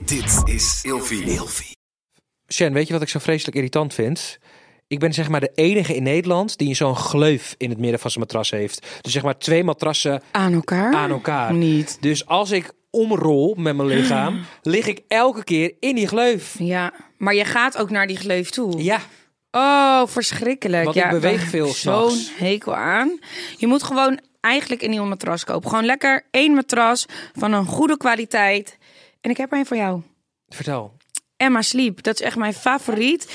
Dit is Ilfie. Sjen, weet je wat ik zo vreselijk irritant vind? Ik ben zeg maar de enige in Nederland die zo'n gleuf in het midden van zijn matras heeft. Dus zeg maar 2 matrassen Aan elkaar? Niet. Dus als ik omrol met mijn lichaam, lig ik elke keer in die gleuf. Ja, maar je gaat ook naar die gleuf toe. Ja, Oh, verschrikkelijk. want ik beweeg veel Zo'n s'nachts. hekel aan. Je moet gewoon eigenlijk een nieuw matras kopen. Gewoon lekker 1 matras van een goede kwaliteit. En ik heb er een voor jou. Vertel. Emma Sleep. Dat is echt mijn favoriet.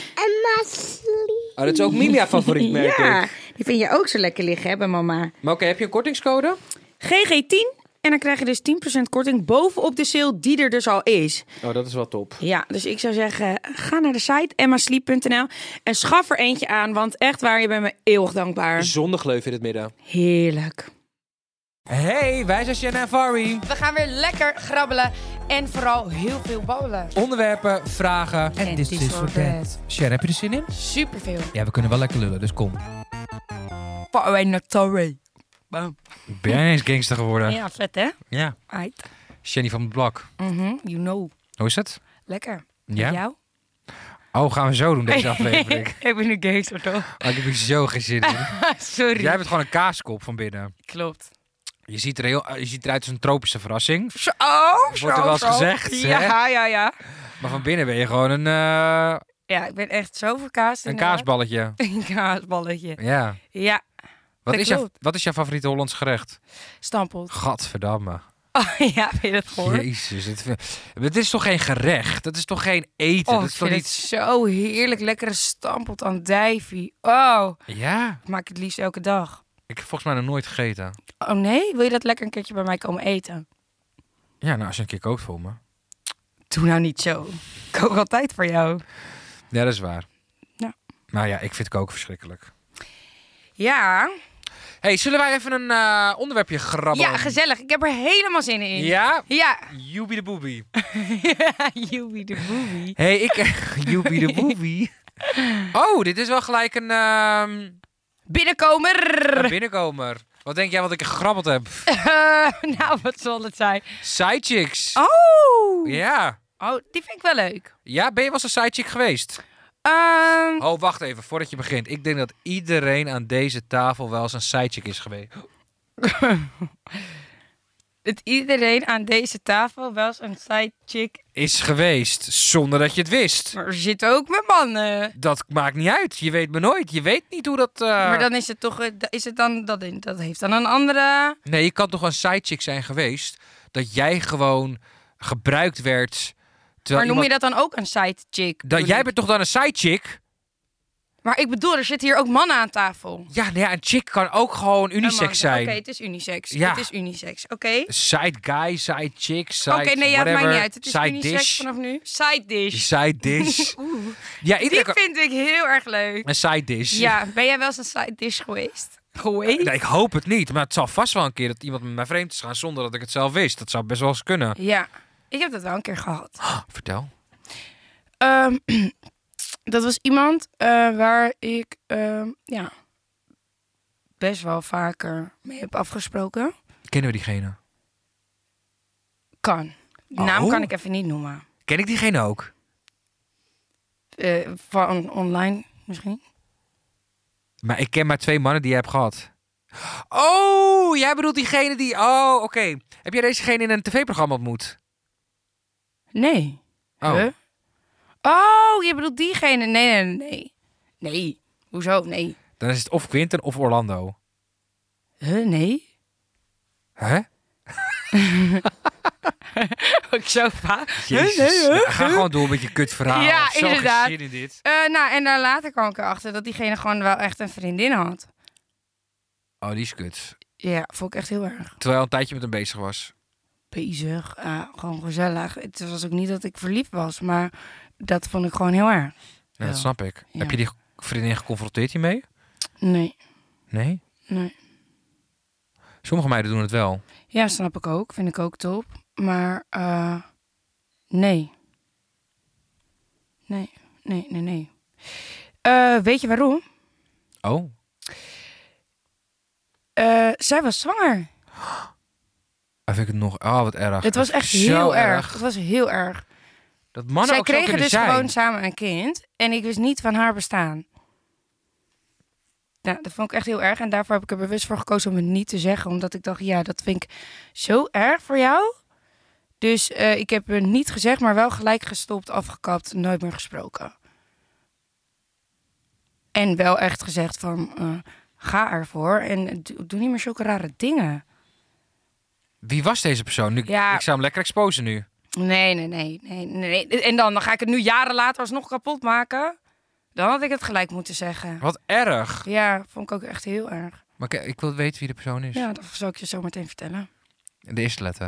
Oh, dat is ook Milia favoriet, merk Ja, ik. die vind je ook zo lekker liggen, hè, bij mama. Maar oké, heb je een kortingscode? GG10. En dan krijg je dus 10% korting bovenop de sale die er dus al is. Oh, dat is wel top. Ja, dus ik zou zeggen, ga naar de site emmasleep.nl en schaf er eentje aan. Want echt waar, je bent me eeuwig dankbaar. Zonder gleuf in het midden. Heerlijk. Hey, wij zijn Sjen en Fari. We gaan weer lekker grabbelen en vooral heel veel babbelen. Onderwerpen, vragen en This is for that. Sjen, heb je er zin in? Superveel. Ja, we kunnen wel lekker lullen, dus kom. Far away not sorry. Bam. Ben jij ineens gangster geworden? Ja, vet hè? Ja. Aight. Jenny van het Blok. You know. Hoe is het? Lekker. Ja? Met jou? Oh, gaan we zo doen deze aflevering? Ik ben een gangster toch? Oh, ik heb hier zo geen zin in. Sorry. Jij bent gewoon een kaaskop van binnen. Klopt. Je ziet eruit als een tropische verrassing. Wordt er wel eens gezegd, hè? Ja. Maar van binnen ben je gewoon een Ja, ik ben echt zo verkaasd. kaasballetje. Een kaasballetje. Ja. Ja, klopt. Wat is jouw favoriete Hollands gerecht? stampot. Gadverdamme. Oh ja, heb je dat gehoord? Jezus. Het is toch geen gerecht? Dat is toch geen eten? Oh, dat ik is toch vind niet... het zo heerlijk. Lekkere stampot aan dijvie. Oh, Ja? ik maak het liefst elke dag. Ik heb volgens mij nog nooit gegeten. Oh nee? Wil je dat lekker een keertje bij mij komen eten? Ja, nou, als je een keer kookt voor me. Doe nou niet zo. Ik kook altijd voor jou. Ja, dat is waar. Ja. Nou ja, ik vind koken verschrikkelijk. Ja. Hey, zullen wij even een onderwerpje grabbelen? Ja, gezellig. Ik heb er helemaal zin in. Ja? Ja. Joepie de boebie. Joepie de boebie. Hey, Joepie de boebie. Oh, dit is wel gelijk een Binnenkomer. binnenkomer. Wat denk jij wat ik gegrabbeld heb? Nou, wat zal het zijn? Sidechicks. Oh. Ja. Oh, die vind ik wel leuk. Ja, ben je wel eens een sidechick geweest? Oh, wacht even, voordat je begint. Ik denk dat iedereen aan deze tafel wel eens een sidechick is geweest. Dat iedereen aan deze tafel wel eens een sidechick. Is geweest, zonder dat je het wist. Maar er zitten ook met mannen. Dat maakt niet uit. Je weet me nooit. Je weet niet hoe dat... Maar dan is het toch... Is het dan, dat heeft dan een andere... Nee, je kan toch een sidechick zijn geweest dat jij gewoon gebruikt werd... Maar noem je dat dan ook een sidechick? Jij bent toch dan een sidechick? Maar ik bedoel, er zitten hier ook mannen aan tafel. Ja, nou ja, een chick kan ook gewoon unisex zijn. Oké, het is unisex. Ja. Het is unisex, oké. Side guy, side chick, side Oké, nee, ja, het whatever. maakt niet uit. Het is side unisex dish. vanaf nu. Side dish. Side dish. Ja, Die iedereen kan... vind ik heel erg leuk. Een side dish. Ja, ben jij wel eens een side dish geweest? Geweest? Nee, ik hoop het niet. Maar het zal vast wel een keer dat iemand met mij vreemd is gaan zonder dat ik het zelf wist. Dat zou best wel eens kunnen. Ja, ik heb dat wel een keer gehad. Vertel. Dat was iemand waar ik best wel vaker mee heb afgesproken. Kennen we diegene? Kan. De naam kan ik even niet noemen. Ken ik diegene ook? Van online misschien. Maar ik ken maar 2 mannen die je hebt gehad. Oh, jij bedoelt diegene die... Oh, oké. Heb jij dezegene in een tv-programma ontmoet? Nee. Oh. Huh? Oh, je bedoelt diegene. Nee. Nee. Hoezo? Nee. Dan is het of Quinten of Orlando. Huh? Nee. Hè? Ook zo vaak. Jezus. Nou, ga gewoon door met je kutverhaal. Ja, Zo inderdaad. geen zin in dit. Nou, en daar later kwam ik erachter dat diegene gewoon wel echt een vriendin had. Oh, die is kut. Ja, vond ik echt heel erg. Terwijl je al een tijdje met hem bezig was. Bezig. Gewoon gezellig. Het was ook niet dat ik verliefd was, maar dat vond ik gewoon heel erg. Ja, dat snap ik. Ja. Heb je die vriendin geconfronteerd hiermee? Nee. Nee? Nee. Sommige meiden doen het wel. Ja, snap ik ook. Vind ik ook top. Maar nee. Nee. Weet je waarom? Oh. Zij was zwanger. Vind ik het nog... Oh, wat erg. Het was echt Zo heel erg. Het was heel erg. Dat mannen Zij ook zo kregen kunnen dus zijn. gewoon samen een kind. En ik wist niet van haar bestaan. Nou, dat vond ik echt heel erg. En daarvoor heb ik er bewust voor gekozen om het niet te zeggen. Omdat ik dacht, ja, dat vind ik zo erg voor jou. Dus ik heb het niet gezegd, maar wel gelijk gestopt, afgekapt, nooit meer gesproken. En wel echt gezegd van, ga ervoor en doe niet meer zulke rare dingen. Wie was deze persoon? Nu, Ja. Ik zou hem lekker exposen nu. Nee. En dan ga ik het nu jaren later alsnog kapot maken. Dan had ik het gelijk moeten zeggen. Wat erg. Ja, vond ik ook echt heel erg. Maar ik wil weten wie de persoon is. Ja, dat zal ik je zo meteen vertellen. De eerste letter.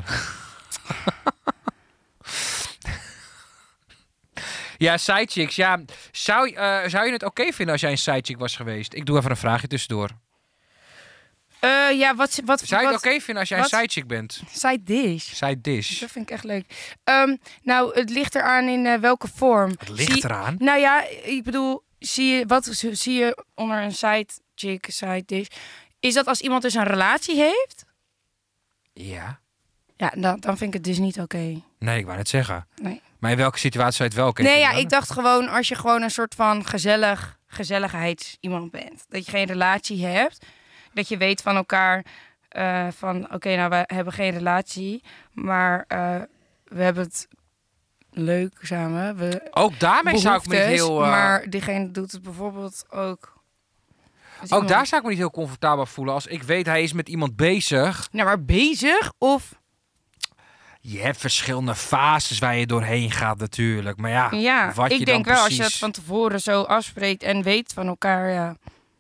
Ja, sidechicks. Ja, zou je het oké vinden als jij een sidechick was geweest? Ik doe even een vraagje tussendoor. Ja, wat Zou je het oké vinden als jij wat? een sidechick bent? Side dish. Side dish. Dat vind ik echt leuk. Nou, het ligt eraan in welke vorm. Het ligt eraan. Nou ja, ik bedoel, zie je onder een side chick, side dish? Is dat als iemand dus een relatie heeft? Ja. Ja, dan vind ik het dus niet oké. Nee, ik wou net zeggen. Nee. Maar in welke situatie zou je het wel oké Nee, vinden ja, dan? ik dacht gewoon als je gewoon een soort van gezelligheids iemand bent. Dat je geen relatie hebt. Dat je weet van elkaar van oké, nou, we hebben geen relatie. Maar we hebben het leuk samen. We Ook daarmee zou ik me niet behoeftes, heel... Maar diegene doet het bijvoorbeeld ook... als Ook iemand- daar zou ik me niet heel comfortabel voelen. Als ik weet hij is met iemand bezig. Nou, maar bezig of... Je hebt verschillende fases waar je doorheen gaat natuurlijk. Maar ja, Ja, wat je ik dan denk wel als je precies... dat van tevoren zo afspreekt en weet van elkaar, ja.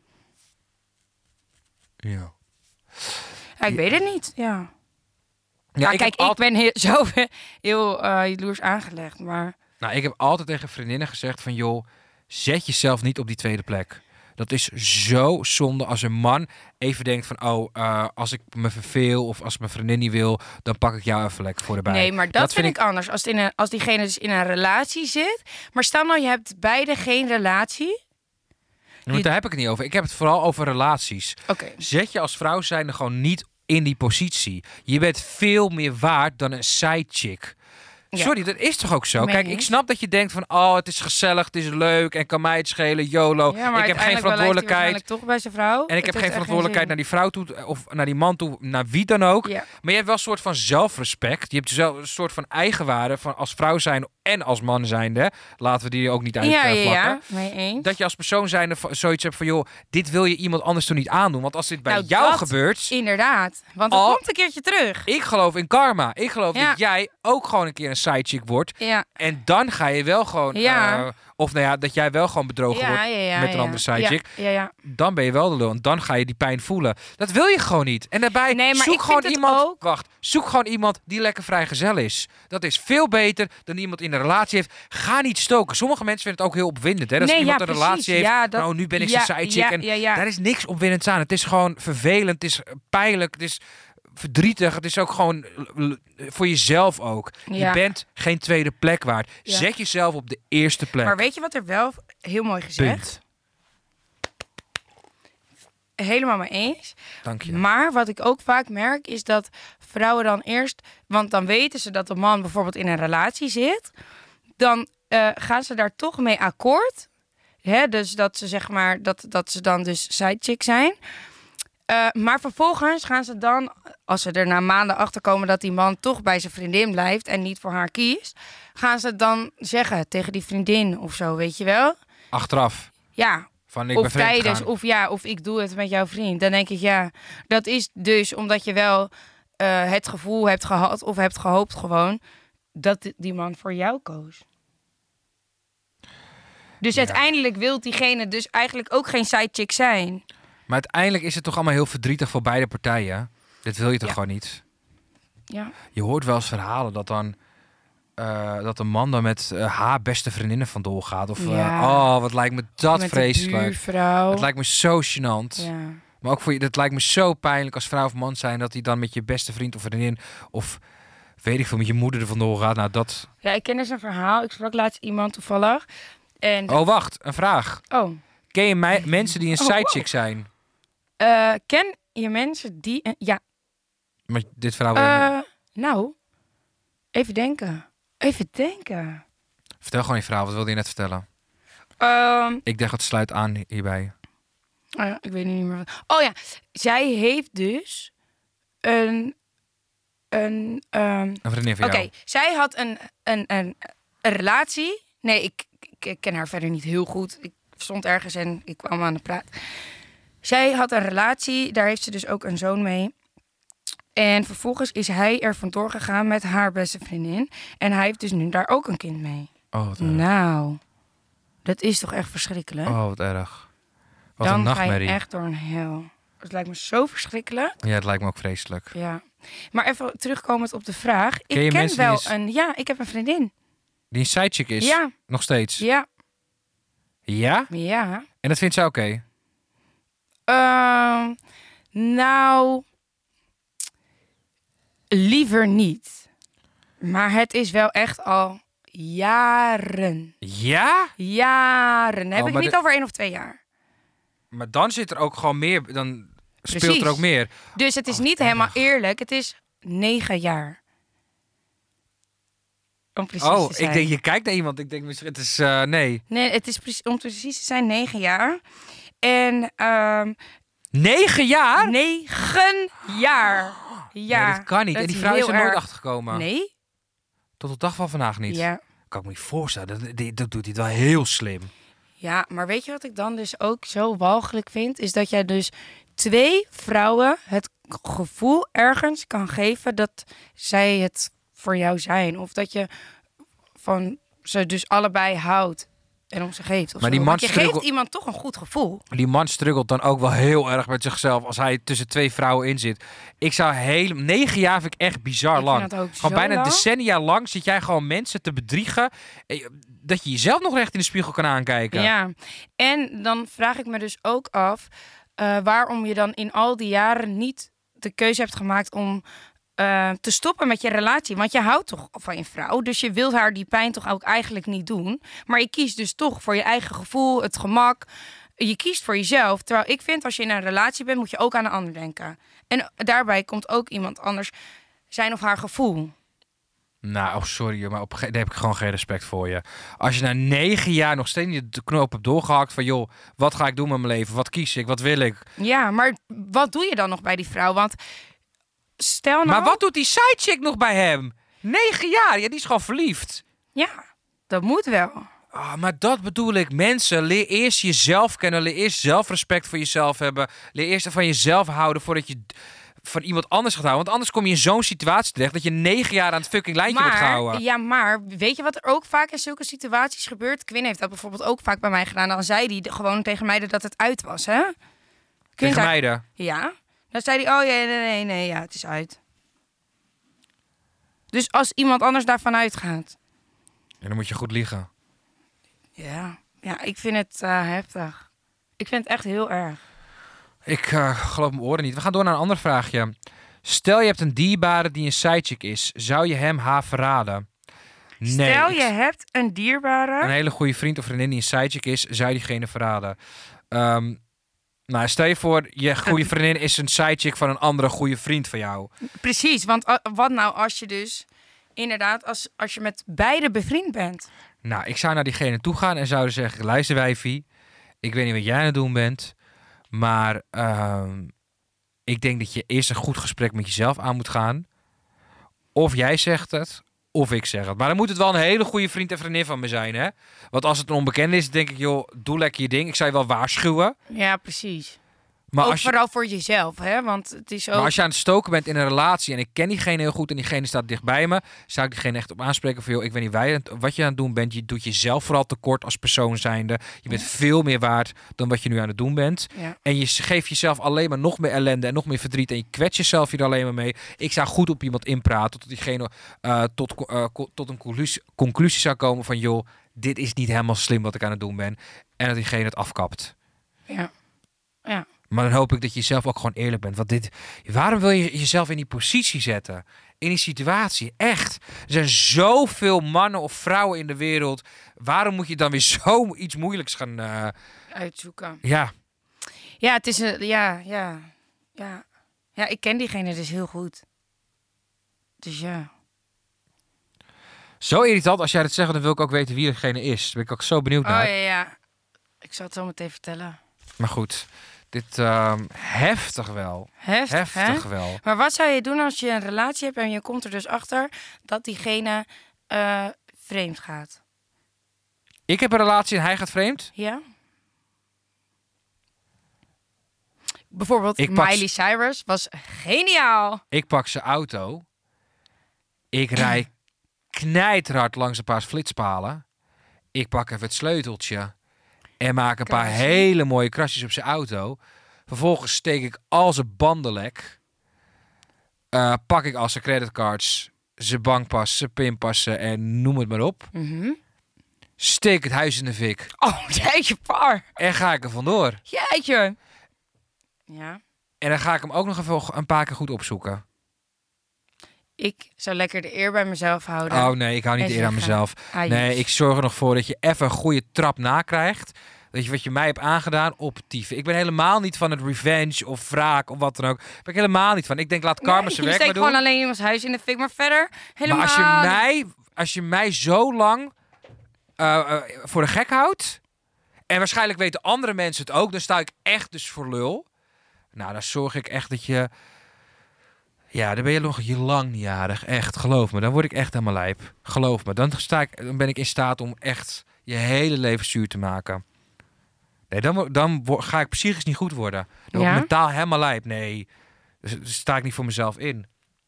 Ja. Ja, ik weet het niet, ja. Ja, Ja, ik kijk, heb altijd... ik ben heel jaloers aangelegd, maar... Nou, ik heb altijd tegen vriendinnen gezegd van... joh, zet jezelf niet op die tweede plek. Dat is zo zonde als een man even denkt van... als ik me verveel of als mijn vriendin niet wil... dan pak ik jou even lekker voor erbij. Nee, maar dat vind ik anders. Als diegene dus in een relatie zit. Maar stel nou, je hebt beide geen relatie. Want daar heb ik het niet over. Ik heb het vooral over relaties. Oké. Zet je als vrouw zijnde gewoon niet in die positie. Je bent veel meer waard dan een sidechick. Ja. Sorry, dat is toch ook zo? Meen Kijk, eens. ik snap dat je denkt van... het is gezellig, het is leuk en kan mij het schelen, YOLO. Ja, maar ik heb geen uiteindelijk verantwoordelijkheid. blijft hij waarschijnlijk toch bij zijn vrouw. En ik heb Het geen heeft echt verantwoordelijkheid naar die vrouw toe... of naar die man toe, naar wie dan ook. zin. Ja. Maar je hebt wel een soort van zelfrespect. Je hebt zelf een soort van eigenwaarde... van als vrouw zijn en als man zijnde. Laten we die ook niet uitvlakken. Ja, mee eens. Dat je als persoon zijnde zoiets hebt van... joh, dit wil je iemand anders toch niet aandoen. Want als dit bij Nou, jou dat gebeurt... Inderdaad, want het Al- komt een keertje terug. Ik geloof in karma. Ik geloof Ja. dat jij ook gewoon een keer een sidechick wordt. Ja. En dan ga je wel gewoon... Ja. of nou ja, dat jij wel gewoon bedrogen wordt met een andere sidechick. Ja. Dan ben je wel de lul. En dan ga je die pijn voelen. Dat wil je gewoon niet. En daarbij Nee, maar zoek ik gewoon vind het iemand... ook- Wacht. Zoek gewoon iemand die lekker vrijgezel is. Dat is veel beter dan iemand in een relatie heeft. Ga niet stoken. Sommige mensen vinden het ook heel opwindend. Hè? Dat Nee, iemand ja, een precies. relatie heeft. Ja, dat- Nou, nu ben ik ja, zijn sidechick. ja, en ja. daar is niks opwindends aan. Het is gewoon vervelend. Het is pijnlijk. Het is verdrietig. Het is ook gewoon voor jezelf ook. Ja. Je bent geen tweede plek waard. Ja. Zet jezelf op de eerste plek. Maar weet je wat er wel heel mooi gezegd? Punt. Helemaal mee eens. Dank je. Maar wat ik ook vaak merk is dat vrouwen dan eerst... Want dan weten ze dat de man bijvoorbeeld in een relatie zit. Dan gaan ze daar toch mee akkoord. Hè? Dus dat ze zeg maar dat ze dan dus sidechick zijn. Maar vervolgens gaan ze dan, als ze er na maanden achter komen dat die man toch bij zijn vriendin blijft en niet voor haar kiest, gaan ze dan zeggen tegen die vriendin of zo, weet je wel? Achteraf. Ja, Van ik of ben vreemd tijdens, gegaan. of ik doe het met jouw vriend. Dan denk ik, ja, dat is dus omdat je wel het gevoel hebt gehad of hebt gehoopt gewoon dat die man voor jou koos. Dus Ja. uiteindelijk wil diegene dus eigenlijk ook geen sidechick zijn. Maar uiteindelijk is het toch allemaal heel verdrietig voor beide partijen. Dit wil je toch Ja. gewoon niet? Ja. Je hoort wel eens verhalen dat dan... dat een man dan met haar beste vriendinnen vandoor gaat. Of Ja. wat lijkt me dat Met vreselijk. de buurvrouw. Het lijkt me zo gênant. Ja. Maar ook voor je, het lijkt me zo pijnlijk als vrouw of man zijn... dat hij dan met je beste vriend of vriendin... of weet ik veel, met je moeder er vandoor gaat. Nou, dat... Ja, ik ken dus een verhaal. Ik sprak laatst iemand toevallig. En, Oh, wacht. Een vraag. oh. Ken je mensen die een Oh, sidechick zijn? Ken je mensen die... ja, Maar dit verhaal... nou, even denken. Even denken. Vertel gewoon je verhaal. Wat wilde je net vertellen? Ik dacht het sluit aan hierbij. Ik weet niet meer. Oh ja, zij heeft dus een vriendin van jou. Oké, zij had een relatie. Nee, ik ken haar verder niet heel goed. Ik stond ergens en ik kwam aan de praat. Zij had een relatie, daar heeft ze dus ook een zoon mee. En vervolgens is hij er vandoor gegaan met haar beste vriendin. En hij heeft dus nu daar ook een kind mee. Oh, wat erg. Nou, dat is toch echt verschrikkelijk? Oh, wat erg. Wat Dan een ga je nachtmerrie. echt door een hel. Het lijkt me zo verschrikkelijk. Ja, het lijkt me ook vreselijk. Ja. Maar even terugkomend op de vraag. Ken je Ik ken mensen wel die een... Ja, ik heb een vriendin. Die een sidechick is? Ja. Nog steeds? Ja. Ja? Ja. En dat vindt zij oké? Nou... Liever niet. Maar het is wel echt al jaren. Ja? Jaren. Heb ik maar niet over 1 of 2 jaar. Maar dan zit er ook gewoon meer... Dan speelt Precies. er ook meer. Dus het is Oh, niet erg. helemaal eerlijk. Het is 9 jaar. Om precies te zijn. Ik denk, je kijkt naar iemand. Ik denk, misschien het is... nee. Nee, het is om precies te zijn 9 jaar. En 9 jaar? 9 jaar. Ja, Nee, dat kan niet. dat En die is vrouw is heel er nooit erg. achtergekomen. Nee? Tot de dag van vandaag niet. Ja. Kan ik me niet voorstellen. Dat doet hij wel heel slim. Ja, maar weet je wat ik dan dus ook zo walgelijk vind? Is dat jij dus 2 vrouwen het gevoel ergens kan geven dat zij het voor jou zijn. Of dat je van ze dus allebei houdt en om ze geeft. Of Maar zo. die man Want je geeft iemand toch een goed gevoel. Die man struggelt dan ook wel heel erg met zichzelf als hij tussen 2 vrouwen in zit. Ik zou 9 jaar vind ik echt bizar Ik lang. vind dat ook Gewoon zo bijna lang. decennia lang zit jij gewoon mensen te bedriegen. Dat je jezelf nog recht in de spiegel kan aankijken. Ja, en dan vraag ik me dus ook af waarom je dan in al die jaren niet de keuze hebt gemaakt om te stoppen met je relatie. Want je houdt toch van je vrouw, dus je wilt haar die pijn toch ook eigenlijk niet doen. Maar je kiest dus toch voor je eigen gevoel, het gemak. Je kiest voor jezelf. Terwijl ik vind, als je in een relatie bent, moet je ook aan een ander denken. En daarbij komt ook iemand anders zijn of haar gevoel. Nou, sorry, maar daar heb ik gewoon geen respect voor je. Als je na 9 jaar nog steeds niet de knoop hebt doorgehakt van... joh, wat ga ik doen met mijn leven? Wat kies ik? Wat wil ik? Ja, maar wat doe je dan nog bij die vrouw? Want stel nou... Maar wat doet die sidechick nog bij hem? 9 jaar? Ja, die is gewoon verliefd. Ja, dat moet wel. Maar dat bedoel ik. Mensen, leer eerst jezelf kennen. Leer eerst zelfrespect voor jezelf hebben. Leer eerst van jezelf houden voordat je van iemand anders gaat houden. Want anders kom je in zo'n situatie terecht dat je 9 jaar aan het fucking lijntje wordt gehouden. Ja, maar weet je wat er ook vaak in zulke situaties gebeurt? Quinn heeft dat bijvoorbeeld ook vaak bij mij gedaan. Dan zei hij gewoon tegen mij dat het uit was, hè? Quinn Tegen zei- meiden. Ja. Dan zei hij, oh ja, nee, ja, het is uit. Dus als iemand anders daarvan uitgaat. En dan moet je goed liegen. Ja, ik vind het heftig. Ik vind het echt heel erg. Ik geloof mijn oren niet. We gaan door naar een ander vraagje. Stel je hebt een dierbare die een sidechick is. Zou je hem haar verraden? Nee. Stel je hebt een dierbare... Een hele goede vriend of vriendin die een sidechick is. Zou je diegene verraden? Nou, stel je voor, je goede vriendin is een sidechick van een andere goede vriend van jou. Precies, want wat nou als je dus... Inderdaad, als je met beide bevriend bent. Nou, ik zou naar diegene toe gaan en zouden zeggen... Luister wijfie, ik weet niet wat jij aan het doen bent... maar ik denk dat je eerst een goed gesprek met jezelf aan moet gaan. Of jij zegt het, of ik zeg het. Maar dan moet het wel een hele goede vriend en vriendin van me zijn, hè? Want als het een onbekende is, denk ik... joh, doe lekker je ding. Ik zou je wel waarschuwen. Ja, precies. Maar ook als je... vooral voor jezelf, hè? Want het is ook... Maar als je aan het stoken bent in een relatie en ik ken diegene heel goed en diegene staat dicht bij me, zou ik diegene echt op aanspreken van, joh, ik weet niet wat je aan het doen bent. Je doet jezelf vooral tekort als persoon zijnde. Je bent veel meer waard dan wat je nu aan het doen bent. Ja. En je geeft jezelf alleen maar nog meer ellende en nog meer verdriet en je kwets jezelf hier alleen maar mee. Ik zou goed op iemand inpraten tot diegene tot een conclusie zou komen van, joh, dit is niet helemaal slim wat ik aan het doen ben. En dat diegene het afkapt. Ja. Maar dan hoop ik dat je zelf ook gewoon eerlijk bent. Want waarom wil je jezelf in die positie zetten? In die situatie? Echt. Er zijn zoveel mannen of vrouwen in de wereld. Waarom moet je dan weer zo iets moeilijks gaan... Uitzoeken. Ja. Ja, het is een... Ja, ik ken diegene dus heel goed. Dus ja. Zo irritant. Als jij dat zegt, dan wil ik ook weten wie degene is. Daar ben ik ook zo benieuwd Oh naar. ja. Ik zal het zo meteen vertellen. Maar goed, dit heftig wel. Heftig, hè? Heftig wel. Maar wat zou je doen als je een relatie hebt en je komt er dus achter dat diegene vreemd gaat? Ik heb een relatie en hij gaat vreemd. Ja? Bijvoorbeeld Ik pak Miley Cyrus was geniaal. Ik pak zijn auto. Ik rijd knijterhard langs een paar flitspalen. Ik pak even het sleuteltje. En maak een paar Krasje. hele mooie krasjes op zijn auto. Vervolgens steek ik al zijn bandenlek. Pak ik al zijn creditcards, zijn bankpas, zijn pinpassen en noem het maar op. Steek het huis in de fik. Oh, jeetje par. En ga ik er vandoor. Jeetje. Ja. En dan ga ik hem ook nog even een paar keer goed opzoeken. Ik zou lekker de eer bij mezelf houden. Oh nee, ik hou niet En de eer aan zeggen, mezelf. "Ajoes." Nee, ik zorg er nog voor dat je even een goede trap nakrijgt. Weet je wat je mij hebt aangedaan? Optieven. Ik ben helemaal niet van het revenge of wraak of wat dan ook. Ben ik helemaal niet van. Ik denk, laat karma zijn je werk steekt maar doen. gewoon alleen iemands huis in de fik, maar verder helemaal... Maar als je mij zo lang voor de gek houdt... en waarschijnlijk weten andere mensen het ook... dan sta ik echt dus voor lul. Nou, dan zorg ik echt dat je... Ja, dan ben je nog lang niet aardig. Echt, geloof me. Dan word ik echt helemaal lijp. Geloof me. Dan ben ik in staat om echt je hele leven zuur te maken. Nee, dan ga ik psychisch niet goed worden. Dan word ik mentaal helemaal lijp. Nee, dus sta ik niet voor mezelf in.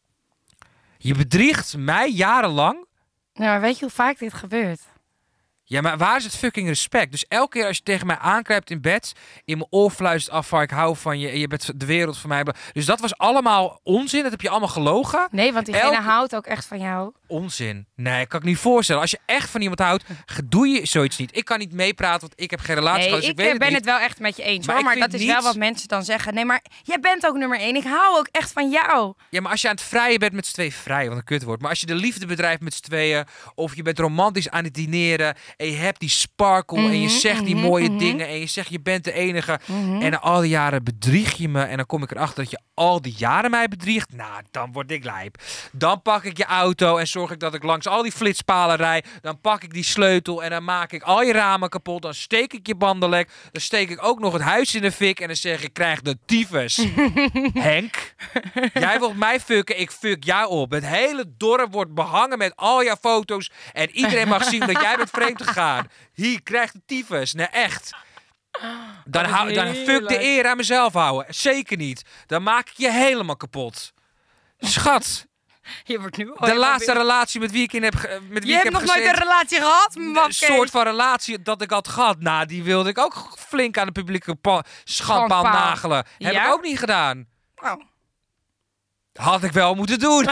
Je bedriegt mij jarenlang. Nou, maar weet je hoe vaak dit gebeurt? Ja, maar waar is het fucking respect? Dus elke keer als je tegen mij aankruipt in bed... in mijn oor fluistert af van ik hou van je... en je bent de wereld voor mij. Dus dat was allemaal onzin. Dat heb je allemaal gelogen. Nee, want diegene houdt ook echt van jou. Onzin. Nee, kan ik niet voorstellen. Als je echt van iemand houdt, doe je zoiets niet. Ik kan niet meepraten, want ik heb geen relatie gehad. Dus ik ik weet ben het het wel echt met je eens. Maar hoor. ik Maar vind dat is niet- wel wat mensen dan zeggen. Nee, maar jij bent ook nummer 1. Ik hou ook echt van jou. Ja, maar als je aan het vrijen bent met z'n tweeën... vrij, wat een kutwoord. Maar als je de liefde bedrijft met z'n tweeën... of je bent romantisch aan het dineren... en je hebt die sparkle en je zegt die mooie dingen... en je zegt je bent de enige... en na al die jaren bedrieg je me... en dan kom ik erachter dat je al die jaren mij bedriegt... nou, dan word ik lijp. Dan pak ik je auto en zorg ik dat ik langs al die flitspalen rij... dan pak ik die sleutel en dan maak ik al je ramen kapot... dan steek ik je bandenlek... dan steek ik ook nog het huis in de fik... en dan zeg ik, krijg de tyfus. Henk, jij wilt mij fucken, ik fuck jou op. Het hele dorp wordt behangen met al jouw foto's... en iedereen mag zien dat jij bent vreemd gegaan. Hier, krijg de tyfus. Nee, echt. Dan fuck de eer aan mezelf houden. Zeker niet. Dan maak ik je helemaal kapot. Schat, Je wordt nu de laatste relatie met wie ik in heb met wie Je ik hebt heb nog nooit gezeten, een relatie gehad, een mafkees. soort van relatie dat ik had gehad. Nou, die wilde ik ook flink aan de publieke schandpaal Schandpaal. nagelen. Heb Ja? ik ook niet gedaan. Oh. Had ik wel moeten doen.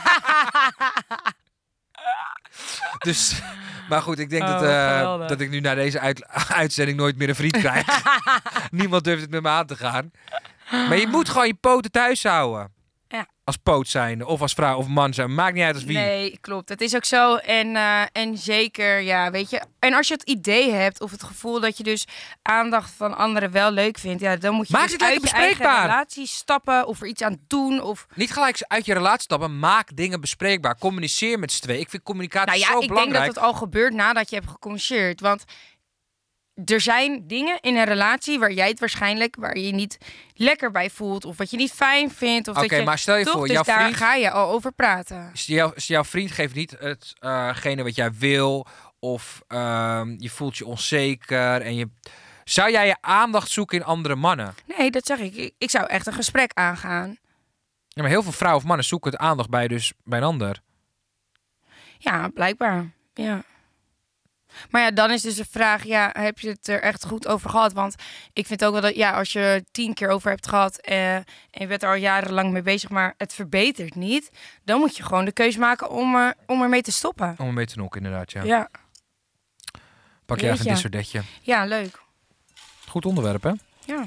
Dus, maar goed, ik denk geweldig. dat ik nu na deze uitzending nooit meer een vriend krijg. Niemand durft het met me aan te gaan. Maar je moet gewoon je poten thuis houden. Ja. Als poot zijn, of als vrouw of man zijn. Maakt niet uit als wie. Nee, klopt. Het is ook zo. En zeker, ja, weet je. En als je het idee hebt of het gevoel dat je dus aandacht van anderen wel leuk vindt, ja, dan moet je Maak dus het lekker uit je eigen bespreekbaar. relatie stappen of er iets aan doen. Of... Niet gelijk uit je relatie stappen. Maak dingen bespreekbaar. Communiceer met z'n tweeën. Ik vind communicatie Nou ja, zo ik belangrijk. denk dat het al gebeurt nadat je hebt gecommuniceerd. Want er zijn dingen in een relatie waar je je niet lekker bij voelt. Of wat je niet fijn vindt. Of Oké, dat je, maar stel je toch, voor, dus jouw daar vriend- ga je al over praten. Jouw vriend geeft niet hetgene wat jij wil. Of je voelt je onzeker. Zou jij je aandacht zoeken in andere mannen? Nee, dat zeg ik. Ik zou echt een gesprek aangaan. Ja, maar heel veel vrouwen of mannen zoeken het aandacht bij een ander. Ja, blijkbaar. Ja. Maar ja, dan is dus de vraag, ja, heb je het er echt goed over gehad? Want ik vind ook wel dat, ja, als je er 10 keer over hebt gehad en je bent er al jarenlang mee bezig, maar het verbetert niet, dan moet je gewoon de keuze maken om ermee te stoppen. Om mee te nokken, inderdaad, ja. Ja, Pak je even een Jeetje. disserdetje. ja, leuk. Goed onderwerp, hè? Ja.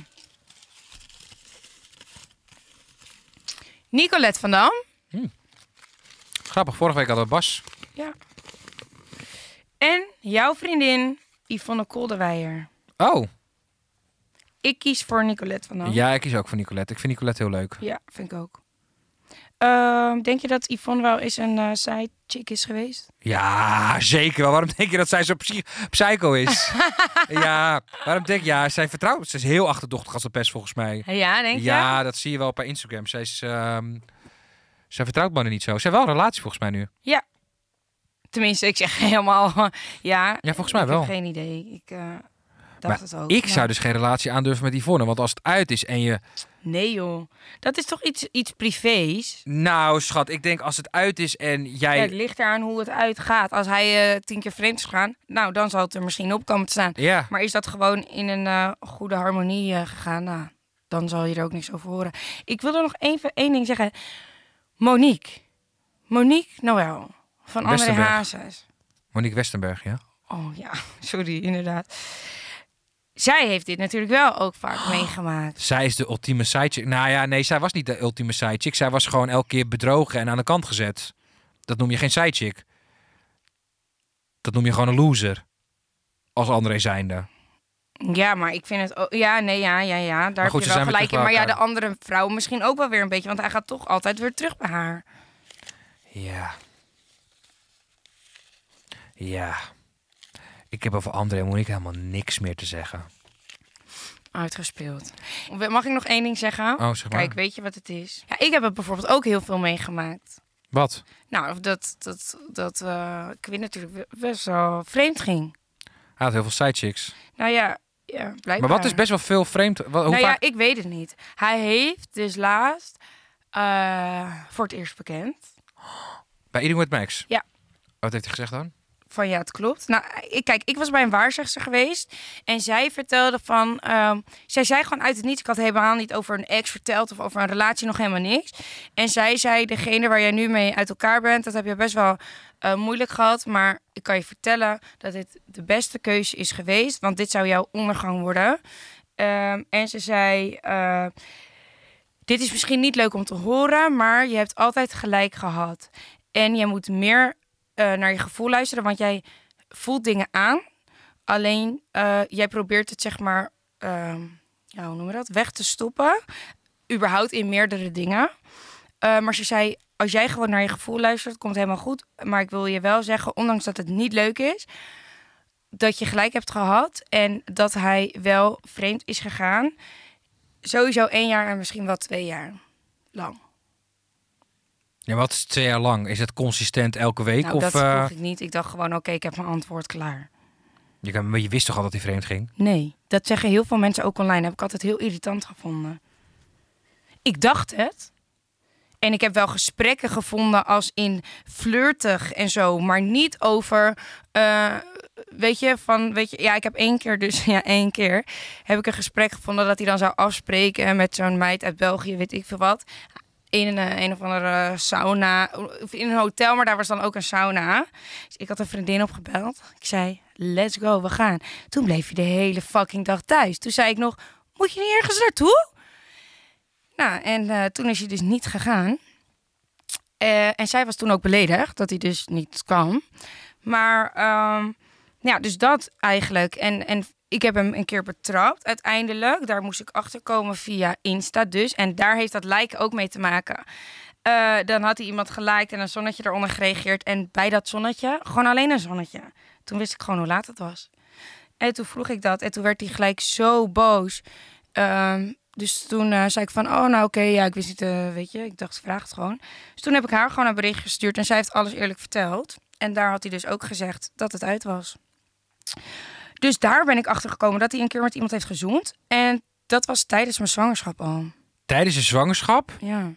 Nicolette van Dam. Grappig, vorige week hadden we Bas. Ja. En jouw vriendin Yvonne Kolderweijer. Oh, Ik kies voor Nicolette van Dam. ja, ik kies ook voor Nicolette. Ik vind Nicolette heel leuk. Ja, vind ik ook. Denk je dat Yvonne wel eens een sidechick is geweest? Ja, zeker wel. Waarom denk je dat zij zo psycho is? Ja, waarom denk je? Ja, zij vertrouwt. Ze is heel achterdochtig als de pest volgens mij. Ja, denk je? Ja, dat zie je wel op haar Instagram. Zij vertrouwt mannen niet zo. Ze heeft wel een relatie volgens mij nu. Ja. Tenminste, ik zeg helemaal ja. Ja, volgens mij Ik wel. heb geen idee. Ik dacht Maar het ook. ik maar- zou dus geen relatie aandurven met Yvonne. Want als het uit is en je... Nee joh. Dat is toch iets privés? Nou, schat, ik denk als het uit is en jij... Ja, het ligt eraan hoe het uitgaat. Als hij 10 keer vreemd is gegaan, nou, dan zal het er misschien op komen te staan. Ja. Maar is dat gewoon in een goede harmonie gegaan? Nou, dan zal je er ook niks over horen. Ik wil er nog even één ding zeggen. Monique Noël van André Westerberg. Hazes. Monique Westerberg, ja? Oh ja, sorry, inderdaad. Zij heeft dit natuurlijk wel ook vaak meegemaakt. Zij is de ultieme sidechick. Nou ja, nee, zij was niet de ultieme sidechick. Zij was gewoon elke keer bedrogen en aan de kant gezet. Dat noem je geen sidechick. Dat noem je gewoon een loser. Als André zijnde. Ja, maar ik vind het ook... Ja, nee, ja. Daar goed, heb ze je wel zijn weer gelijk in. terug Maar bij ja, de elkaar. andere vrouw misschien ook wel weer een beetje. Want hij gaat toch altijd weer terug bij haar. Ja. Ja. Ik heb over André en Monique helemaal niks meer te zeggen. Uitgespeeld. Mag ik nog één ding zeggen? Oh, zeg maar. Kijk, weet je wat het is? Ja, ik heb het bijvoorbeeld ook heel veel meegemaakt. Wat? Nou, dat Quinn natuurlijk best wel vreemd ging. Hij had heel veel sidechicks. Nou ja, blijkbaar. Maar wat is best wel veel vreemd? Hoe Nou ja, vaak... ik weet het niet. Hij heeft dus laatst voor het eerst bekend. Bij Eating with Max? Ja. Wat heeft hij gezegd dan? Van ja, het klopt. Nou, ik was bij een waarzegster geweest. En zij vertelde van... zij zei gewoon uit het niets. Ik had helemaal niet over een ex verteld of over een relatie, nog helemaal niks. En zij zei, degene waar jij nu mee uit elkaar bent, dat heb je best wel moeilijk gehad. Maar ik kan je vertellen dat dit de beste keuze is geweest. Want dit zou jouw ondergang worden. En ze zei... dit is misschien niet leuk om te horen, maar je hebt altijd gelijk gehad. En je moet meer naar je gevoel luisteren, want jij voelt dingen aan. Alleen jij probeert het zeg maar, hoe noem je dat, weg te stoppen. Überhaupt in meerdere dingen. Maar ze zei, als jij gewoon naar je gevoel luistert, komt het helemaal goed. Maar ik wil je wel zeggen, ondanks dat het niet leuk is, dat je gelijk hebt gehad en dat hij wel vreemd is gegaan. Sowieso 1 jaar en misschien wel 2 jaar lang. Ja, wat is 2 jaar lang? Is het consistent elke week? Nou, of, dat vroeg ik niet. Ik dacht gewoon, oké, ik heb mijn antwoord klaar. je wist toch al dat hij vreemd ging? Nee, dat zeggen heel veel mensen ook online. Heb ik altijd heel irritant gevonden. Ik dacht het. En ik heb wel gesprekken gevonden als in flirtig en zo. Maar niet over, ja, ik heb 1 keer dus, ja, 1 keer heb ik een gesprek gevonden dat hij dan zou afspreken met zo'n meid uit België, weet ik veel wat. In een of andere sauna, of in een hotel, maar daar was dan ook een sauna. Dus ik had een vriendin opgebeld. Ik zei, let's go, we gaan. Toen bleef je de hele fucking dag thuis. Toen zei ik nog, moet je niet ergens naartoe? Nou, en toen is hij dus niet gegaan. En zij was toen ook beledigd dat hij dus niet kwam. Maar ja, dus dat eigenlijk. En ik heb hem een keer betrapt uiteindelijk. Daar moest ik achterkomen via Insta dus. En daar heeft dat liken ook mee te maken. Dan had hij iemand geliked en een zonnetje eronder gereageerd. En bij dat zonnetje, gewoon alleen een zonnetje. Toen wist ik gewoon hoe laat het was. En toen vroeg ik dat. En toen werd hij gelijk zo boos. Dus toen zei ik van, oh nou oké, ja, ik wist niet, weet je. Ik dacht, vraag het gewoon. Dus toen heb ik haar gewoon een bericht gestuurd. En zij heeft alles eerlijk verteld. En daar had hij dus ook gezegd dat het uit was. Dus daar ben ik achter gekomen dat hij een keer met iemand heeft gezoend. En dat was tijdens mijn zwangerschap al. Tijdens je zwangerschap? Ja.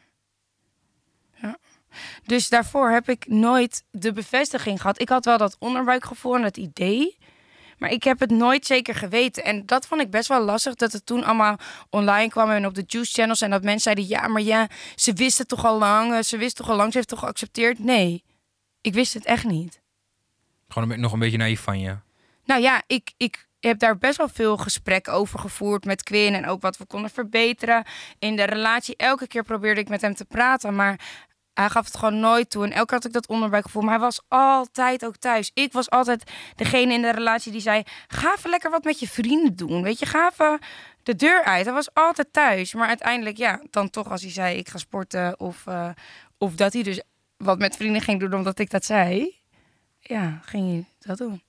Dus daarvoor heb ik nooit de bevestiging gehad. Ik had wel dat onderbuikgevoel en dat idee. Maar ik heb het nooit zeker geweten. En dat vond ik best wel lastig. Dat het toen allemaal online kwam en op de Juice Channels. En dat mensen zeiden, ja, maar ja, ze wist het toch al lang. Ze wist toch al lang, ze heeft toch geaccepteerd? Nee, ik wist het echt niet. Gewoon nog een beetje naïef van je. Nou ja, ik heb daar best wel veel gesprekken over gevoerd met Quinn. En ook wat we konden verbeteren in de relatie. Elke keer probeerde ik met hem te praten. Maar Hij gaf het gewoon nooit toe. En elke keer had ik dat onderbuikgevoel. Maar hij was altijd ook thuis. Ik was altijd degene in de relatie die zei... Ga even lekker wat met je vrienden doen. Weet je, ga even de deur uit. Hij was altijd thuis. Maar uiteindelijk, ja, dan toch als hij zei... Ik ga sporten. Of dat hij dus wat met vrienden ging doen omdat ik dat zei. Ja, ging hij dat doen.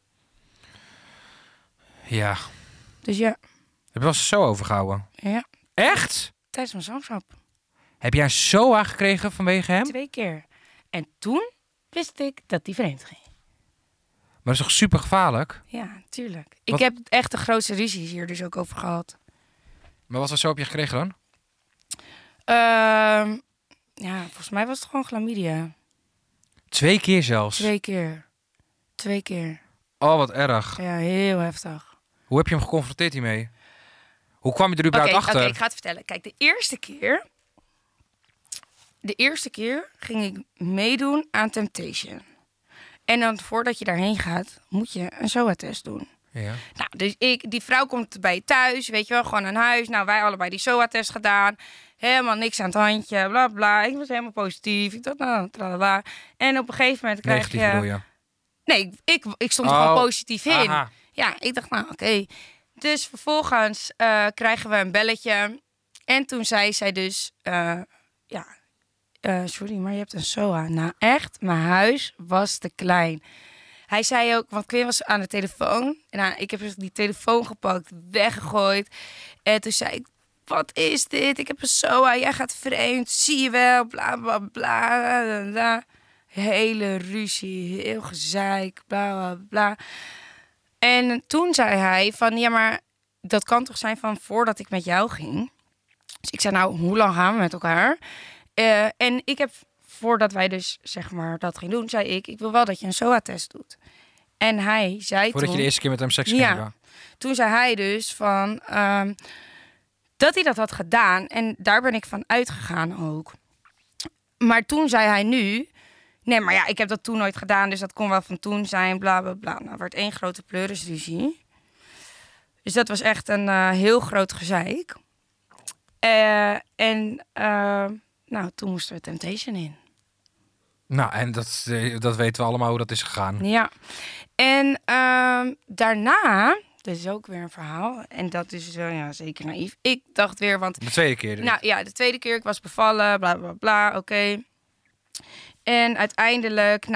Ja. Dus ja. Heb je wel eens zo overgehouden? Ja. Echt? Tijdens mijn zwangerschap. Heb jij een SOA gekregen vanwege hem? 2 keer. En toen wist ik dat die vreemd ging. Maar dat is toch super gevaarlijk? Ja, tuurlijk. Wat? Ik heb echt de grootste ruzies hier dus ook over gehad. Maar wat voor SOA heb je gekregen dan? Ja, volgens mij was het gewoon chlamydia. 2 keer zelfs? 2 keer. 2 keer. Oh, wat erg. Ja, heel heftig. Hoe heb je hem geconfronteerd hiermee? Hoe kwam je er überhaupt achter? Oké, ik ga het vertellen. Kijk, de eerste keer ging ik meedoen aan Temptation. En dan voordat je daarheen gaat, moet je een SOA-test doen. Ja. Nou, dus die vrouw komt bij je thuis, weet je wel, gewoon aan huis. Nou, wij allebei die SOA-test gedaan. Helemaal niks aan het handje, bla bla. Ik was helemaal positief. Ik dacht, nou, tralala. En op een gegeven moment krijg Negatief je... bedoel je? Nee, ik stond er gewoon positief in. Aha. Ja, ik dacht, nou, oké. Dus vervolgens krijgen we een belletje. En toen zei zij dus... sorry, maar je hebt een SOA. Nou, echt, mijn huis was te klein. Hij zei ook, want Quinn was aan de telefoon. En nou, ik heb dus die telefoon gepakt, weggegooid. En toen zei ik, wat is dit? Ik heb een SOA, jij gaat vreemd, zie je wel, bla, bla, bla, bla, bla. Hele ruzie, heel gezeik, bla, bla, bla. En toen zei hij van, ja, maar dat kan toch zijn van voordat ik met jou ging? Dus ik zei, nou, hoe lang gaan we met elkaar? En ik heb, voordat wij dus, zeg maar, dat gingen doen, zei ik wil wel dat je een SOA-test doet. En hij zei Voordat je de eerste keer met hem seks ging hebben? Ja. Toen zei hij dus van, dat hij dat had gedaan. En daar ben ik van uitgegaan ook. Maar toen zei hij nu... Nee, maar ja, ik heb dat toen nooit gedaan, dus dat kon wel van toen zijn, bla, bla, bla. Nou, werd 1 grote pleurisruzie. Dus dat was echt een heel groot gezeik. Nou, toen moesten we Temptation in. Nou, en dat weten we allemaal hoe dat is gegaan. Ja. En daarna, dat is ook weer een verhaal. En dat is zeker naïef. Ik dacht weer, want... De tweede keer? Nou ja, de tweede keer, ik was bevallen, bla, bla, bla, oké. En uiteindelijk,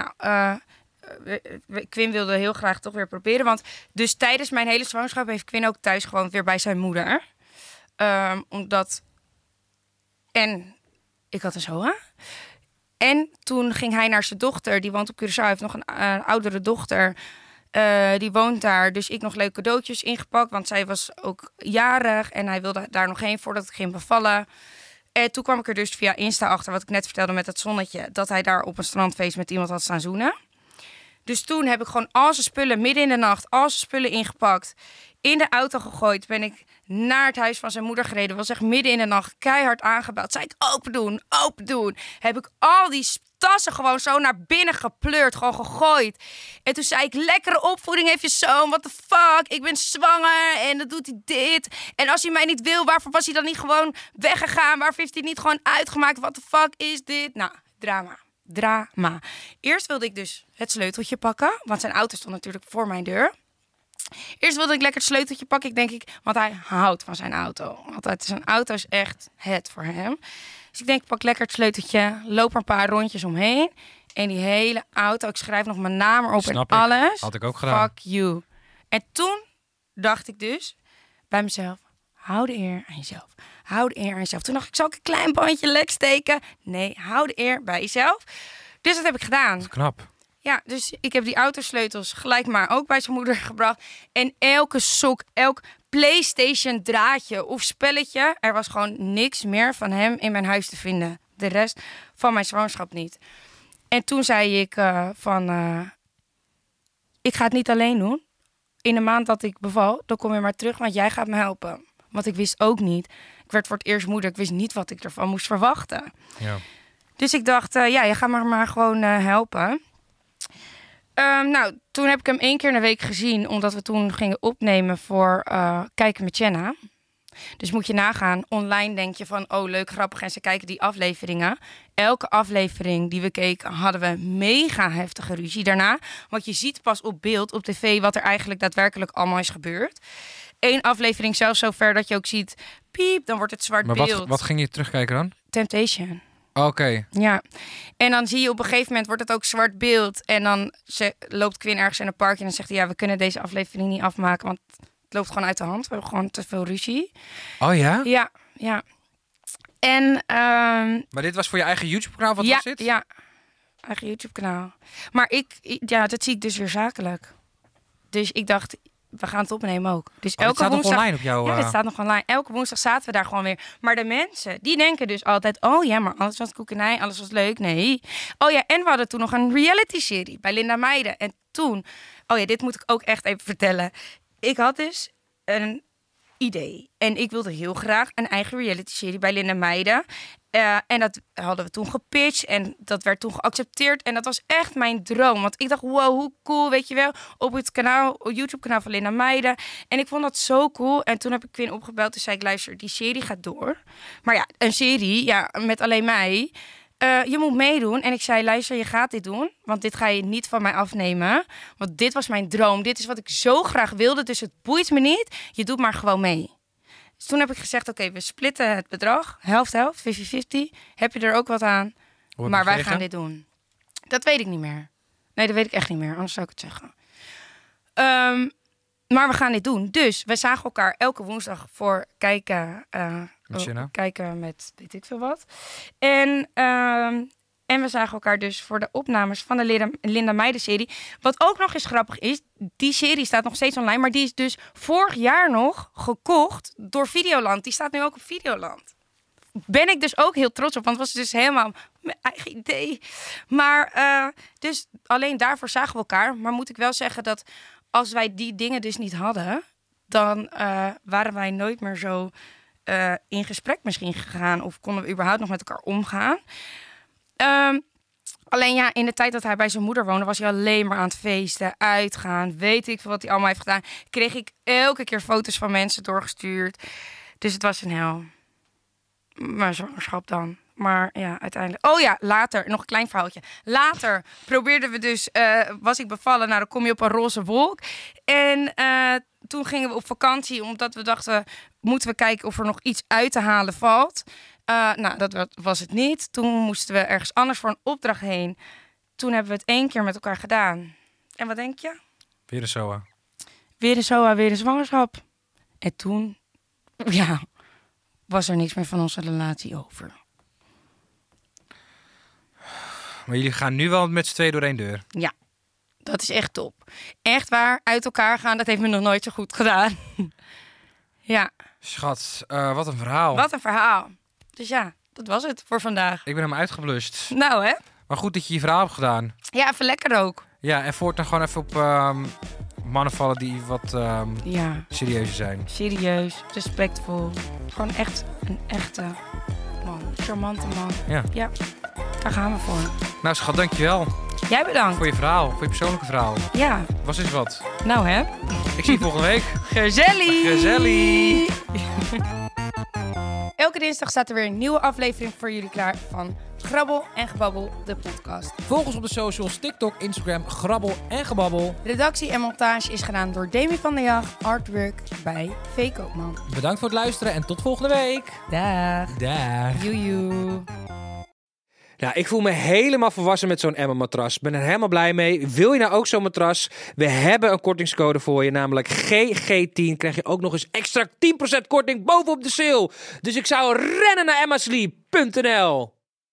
Quinn wilde heel graag toch weer proberen. Want dus tijdens mijn hele zwangerschap heeft Quinn ook thuis gewoon weer bij zijn moeder. Omdat... En ik had een SOA. En toen ging hij naar zijn dochter. Die woont op Curaçao. Hij heeft nog een oudere dochter. Die woont daar. Dus ik nog leuke cadeautjes ingepakt. Want zij was ook jarig. En hij wilde daar nog heen voordat ik ging bevallen. En toen kwam ik er dus via Insta achter, wat ik net vertelde met dat zonnetje, dat hij daar op een strandfeest met iemand had staan zoenen. Dus toen heb ik gewoon al zijn spullen midden in de nacht, al zijn spullen ingepakt, in de auto gegooid. Ben ik naar het huis van zijn moeder gereden. Was echt midden in de nacht, keihard aangebeld. Zei ik, open doen, open doen. Heb ik al die tassen gewoon zo naar binnen gepleurd, gewoon gegooid. En toen zei ik, lekkere opvoeding heeft je zoon, what the fuck, ik ben zwanger en dan doet hij dit. En als hij mij niet wil, waarvoor was hij dan niet gewoon weggegaan? Waarvoor heeft hij niet gewoon uitgemaakt? What the fuck is dit? Nou, drama. Eerst wilde ik dus het sleuteltje pakken, want zijn auto stond natuurlijk voor mijn deur. Eerst wilde ik lekker het sleuteltje pakken, want hij houdt van zijn auto. Want zijn auto is echt het voor hem. Dus ik denk, ik pak lekker het sleuteltje, loop er een paar rondjes omheen. En die hele auto, ik schrijf nog mijn naam erop Snap en ik. alles. Had ik ook gedaan. Fuck you. En toen dacht ik dus bij mezelf, hou de eer aan jezelf. Hou de eer aan jezelf. Toen dacht ik, zal ik een klein bandje lek steken? Nee, hou de eer bij jezelf. Dus dat heb ik gedaan. Knap. Ja, dus ik heb die autosleutels gelijk maar ook bij zijn moeder gebracht. En elke sok, elk PlayStation draadje of spelletje. Er was gewoon niks meer van hem in mijn huis te vinden. De rest van mijn zwangerschap niet. En toen zei ik ik ga het niet alleen doen. In de maand dat ik beval, dan kom je maar terug, want jij gaat me helpen. Want ik wist ook niet. Ik werd voor het eerst moeder. Ik wist niet wat ik ervan moest verwachten. Ja. Dus ik dacht, je gaat me maar gewoon helpen. Toen heb ik hem 1 keer in de week gezien, omdat we toen gingen opnemen voor Kijken met Jenna. Dus moet je nagaan, online denk je van, oh leuk, grappig. En ze kijken die afleveringen. Elke aflevering die we keken, hadden we mega heftige ruzie daarna. Want je ziet pas op beeld, op tv, wat er eigenlijk daadwerkelijk allemaal is gebeurd. Eén aflevering zelfs zo ver dat je ook ziet, piep, dan wordt het zwart Maar beeld. wat ging je terugkijken dan? Temptation. Oké. Ja, en dan zie je op een gegeven moment wordt het ook zwart beeld. En dan loopt Quinn ergens in een park en dan zegt hij... ja, we kunnen deze aflevering niet afmaken, want het loopt gewoon uit de hand. We hebben gewoon te veel ruzie. Oh ja? Ja. En... Maar dit was voor je eigen YouTube-kanaal? Wat was dit? Ja, eigen YouTube-kanaal. Maar dat zie ik dus weer zakelijk. Dus ik dacht, we gaan het opnemen ook. Dus Het staat nog online op jou? Ja, dit staat nog online. Elke woensdag zaten we daar gewoon weer. Maar de mensen, die denken dus altijd... oh ja, maar alles was koekenij, alles was leuk. Nee. Oh ja, en we hadden toen nog een reality-serie bij Linda Meijden. En toen... oh ja, dit moet ik ook echt even vertellen. Ik had dus een idee. En ik wilde heel graag een eigen reality-serie bij Linda Meijden. En dat hadden we toen gepitcht en dat werd toen geaccepteerd. En dat was echt mijn droom. Want ik dacht, wow, hoe cool, weet je wel. Op het YouTube-kanaal van Linda Meijden. En ik vond dat zo cool. En toen heb ik Quinn opgebeld en zei ik, luister, die serie gaat door. Maar ja, een serie, ja, met alleen mij. Je moet meedoen. En ik zei, luister, je gaat dit doen. Want dit ga je niet van mij afnemen. Want dit was mijn droom. Dit is wat ik zo graag wilde. Dus het boeit me niet. Je doet maar gewoon mee. Dus toen heb ik gezegd, oké, we splitten het bedrag. Helft, 50-50. Heb je er ook wat aan? Maar wij gaan dit doen. Dat weet ik niet meer. Nee, dat weet ik echt niet meer. Anders zou ik het zeggen. Maar we gaan dit doen. Dus we zagen elkaar elke woensdag voor kijken. Kijken met weet ik veel wat. En we zagen elkaar dus voor de opnames van de Linda Meijden-serie. Wat ook nog eens grappig is, die serie staat nog steeds online. Maar die is dus vorig jaar nog gekocht door Videoland. Die staat nu ook op Videoland. Ben ik dus ook heel trots op, want het was dus helemaal mijn eigen idee. Maar dus alleen daarvoor zagen we elkaar. Maar moet ik wel zeggen dat als wij die dingen dus niet hadden, dan waren wij nooit meer zo in gesprek misschien gegaan. Of konden we überhaupt nog met elkaar omgaan. Alleen ja, in de tijd dat hij bij zijn moeder woonde, was hij alleen maar aan het feesten, uitgaan. Weet ik veel wat hij allemaal heeft gedaan. Kreeg ik elke keer foto's van mensen doorgestuurd. Dus het was een hel. Mijn zwangerschap dan. Maar ja, uiteindelijk... oh ja, later, nog een klein verhaaltje. Later probeerden we dus... was ik bevallen, nou dan kom je op een roze wolk. En toen gingen we op vakantie, omdat we dachten, moeten we kijken of er nog iets uit te halen valt. Nou, dat was het niet. Toen moesten we ergens anders voor een opdracht heen. Toen hebben we het 1 keer met elkaar gedaan. En wat denk je? Weer een SOA. Weer een SOA, weer een zwangerschap. En toen, ja, was er niks meer van onze relatie over. Maar jullie gaan nu wel met z'n tweeën door 1 deur. Ja, dat is echt top. Echt waar, uit elkaar gaan, dat heeft me nog nooit zo goed gedaan. Ja. Schat, wat een verhaal. Wat een verhaal. Dus ja, dat was het voor vandaag. Ik ben helemaal uitgeblust. Nou hè? Maar goed dat je je verhaal hebt gedaan. Ja, even lekker ook. Ja, en voortaan gewoon even op mannen vallen die wat Ja, serieuzer zijn. serieus, respectvol. Gewoon echt een echte man. Charmante man. Ja. Daar gaan we voor. Nou schat, dankjewel Jij bedankt. voor je verhaal, voor je persoonlijke verhaal. Ja, Was eens wat. nou hè? Ik zie je volgende week. Gezellig! Gezellig! Elke dinsdag staat er weer een nieuwe aflevering voor jullie klaar van Grabbel en Gebabbel, de podcast. Volg ons op de socials, TikTok, Instagram, Grabbel en Gebabbel. Redactie en montage is gedaan door Demi van der Jag, artwork bij V. Koopman. Bedankt voor het luisteren en tot volgende week. Dag. Dag. Joejoe. Nou, ik voel me helemaal volwassen met zo'n Emma-matras. Ik ben er helemaal blij mee. Wil je nou ook zo'n matras? We hebben een kortingscode voor je, namelijk GG10. Krijg je ook nog eens extra 10% korting bovenop de sale. Dus ik zou rennen naar emmasleep.nl.